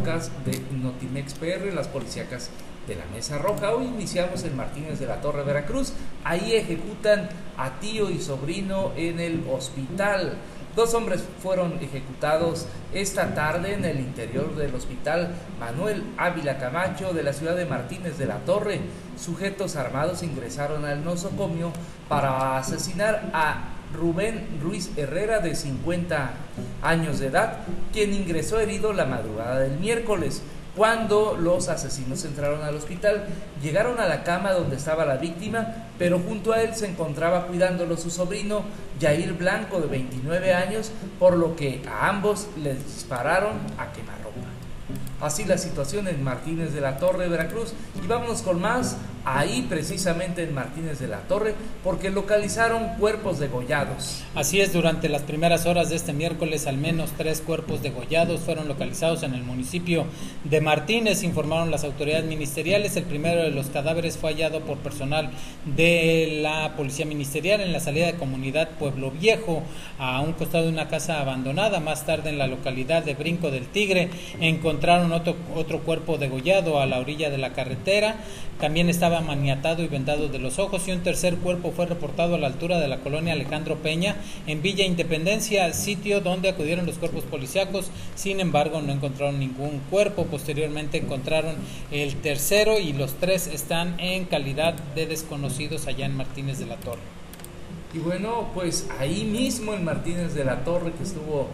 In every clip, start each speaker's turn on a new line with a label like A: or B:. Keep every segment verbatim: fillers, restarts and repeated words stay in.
A: podcast de Notimex P R, las policíacas de la Mesa Roja. Hoy iniciamos en Martínez de la Torre, Veracruz. Ahí ejecutan a tío y sobrino en el hospital. Dos hombres fueron ejecutados esta tarde en el interior del hospital Manuel Ávila Camacho de la ciudad de Martínez de la Torre. Sujetos armados ingresaron al nosocomio para asesinar a Rubén Ruiz Herrera, de cincuenta años de edad, quien ingresó herido la madrugada del miércoles. Cuando los asesinos entraron al hospital, llegaron a la cama donde estaba la víctima, pero junto a él se encontraba cuidándolo su sobrino Yair Blanco, de veintinueve años, por lo que a ambos les dispararon a quemarropa. Así la situación en Martínez de la Torre, Veracruz. Y vámonos con más, ahí precisamente en Martínez de la Torre, porque localizaron cuerpos degollados.
B: Así es, durante las primeras horas de este miércoles, al menos tres cuerpos degollados fueron localizados en el municipio de Martínez, informaron las autoridades ministeriales. El primero de los cadáveres fue hallado por personal de la Policía Ministerial en la salida de Comunidad Pueblo Viejo, a un costado de una casa abandonada. Más tarde, en la localidad de Brinco del Tigre, encontraron otro, otro cuerpo degollado a la orilla de la carretera. También estaba maniatado y vendado de los ojos, y un tercer cuerpo fue reportado a la altura de la colonia Alejandro Peña, en Villa Independencia, sitio donde acudieron los cuerpos policíacos. Sin embargo, no encontraron ningún cuerpo. Posteriormente encontraron el tercero, y los tres están en calidad de desconocidos allá en Martínez de la Torre.
A: Y bueno, pues ahí mismo en Martínez de la Torre, que estuvo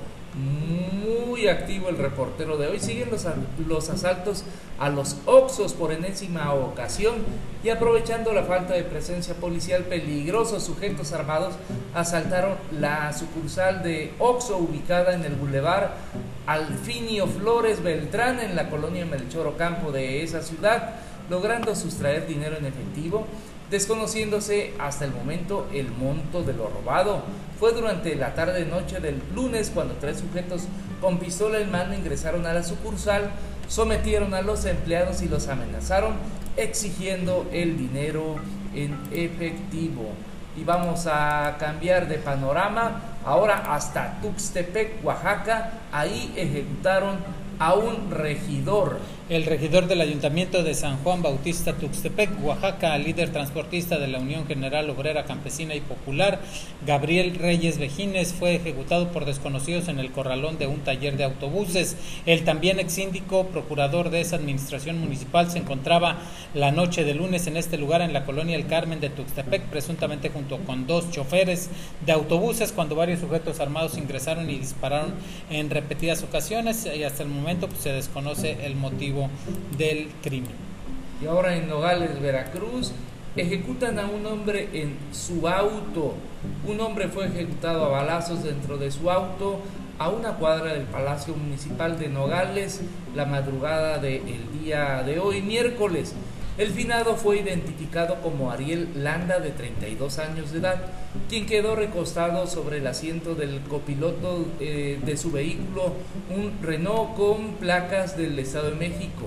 A: muy activo el reportero de hoy, siguen los, los asaltos a los Oxxos por enésima ocasión, y aprovechando la falta de presencia policial, peligrosos sujetos armados asaltaron la sucursal de Oxxo ubicada en el Boulevard Alfinio Flores Beltrán, en la colonia Melchor Ocampo de esa ciudad, logrando sustraer dinero en efectivo, desconociéndose hasta el momento el monto de lo robado. Fue durante la tarde-noche del lunes cuando tres sujetos con pistola en mano ingresaron a la sucursal, sometieron a los empleados y los amenazaron, exigiendo el dinero en efectivo. Y vamos a cambiar de panorama, ahora hasta Tuxtepec, Oaxaca. Ahí ejecutaron a un regidor.
B: El regidor del Ayuntamiento de San Juan Bautista Tuxtepec, Oaxaca, líder transportista de la Unión General Obrera Campesina y Popular, Gabriel Reyes Vejines, fue ejecutado por desconocidos en el corralón de un taller de autobuses. El también ex síndico procurador de esa administración municipal se encontraba la noche de lunes en este lugar, en la colonia El Carmen de Tuxtepec, presuntamente junto con dos choferes de autobuses, cuando varios sujetos armados ingresaron y dispararon en repetidas ocasiones, y hasta el momento pues, se desconoce el motivo del crimen.
A: Y ahora en Nogales, Veracruz, ejecutan a un hombre en su auto. Un hombre fue ejecutado a balazos dentro de su auto a una cuadra del Palacio Municipal de Nogales la madrugada del día de hoy, miércoles. El finado fue identificado como Ariel Landa, de treinta y dos años de edad, quien quedó recostado sobre el asiento del copiloto eh, de su vehículo, un Renault con placas del Estado de México.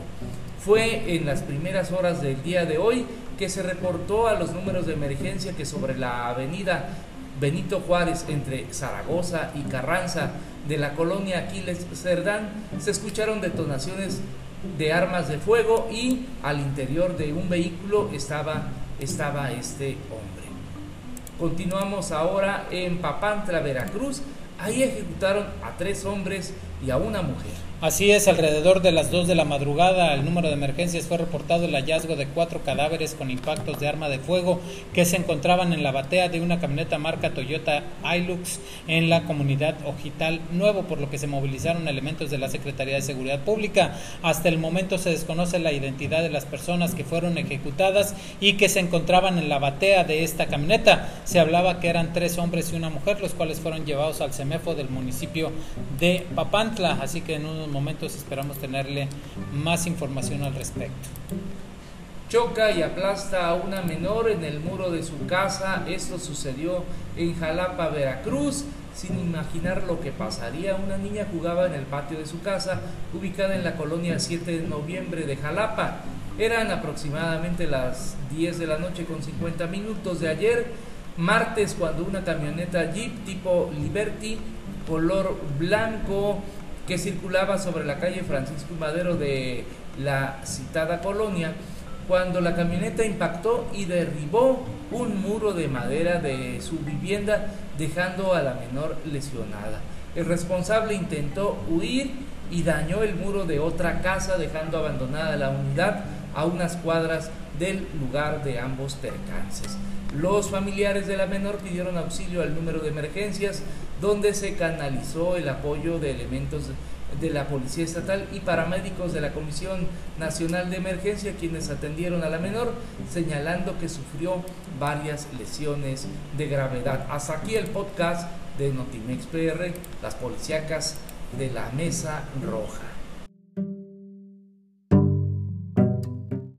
A: Fue en las primeras horas del día de hoy que se reportó a los números de emergencia que sobre la avenida Benito Juárez, entre Zaragoza y Carranza, de la colonia Aquiles Cerdán, se escucharon detonaciones de armas de fuego, y al interior de un vehículo estaba, estaba este hombre. Continuamos ahora en Papantla, Veracruz. Ahí ejecutaron a tres hombres y a una mujer.
B: Así es, alrededor de las dos de la madrugada, el número de emergencias fue reportado el hallazgo de cuatro cadáveres con impactos de arma de fuego que se encontraban en la batea de una camioneta marca Toyota Hilux en la comunidad Ojital Nuevo, por lo que se movilizaron elementos de la Secretaría de Seguridad Pública. Hasta el momento se desconoce la identidad de las personas que fueron ejecutadas y que se encontraban en la batea de esta camioneta. Se hablaba que eran tres hombres y una mujer, los cuales fueron llevados al CEMEFO del municipio de Papantla, así que en unos momentos esperamos tenerle más información al respecto.
A: Choca y aplasta a una menor en el muro de su casa. Esto sucedió en Jalapa, Veracruz. Sin imaginar lo que pasaría, una niña jugaba en el patio de su casa, ubicada en la colonia siete de noviembre de Jalapa. Eran aproximadamente las diez de la noche con cincuenta minutos de ayer, martes, cuando una camioneta Jeep tipo Liberty color blanco que circulaba sobre la calle Francisco Madero de la citada colonia, cuando la camioneta impactó y derribó un muro de madera de su vivienda, dejando a la menor lesionada. El responsable intentó huir y dañó el muro de otra casa, dejando abandonada la unidad a unas cuadras del lugar de ambos percances. Los familiares de la menor pidieron auxilio al número de emergencias, donde se canalizó el apoyo de elementos de la Policía Estatal y paramédicos de la Comisión Nacional de Emergencia, quienes atendieron a la menor, señalando que sufrió varias lesiones de gravedad. Hasta aquí el podcast de Notimex P R, las policíacas de la Mesa Roja.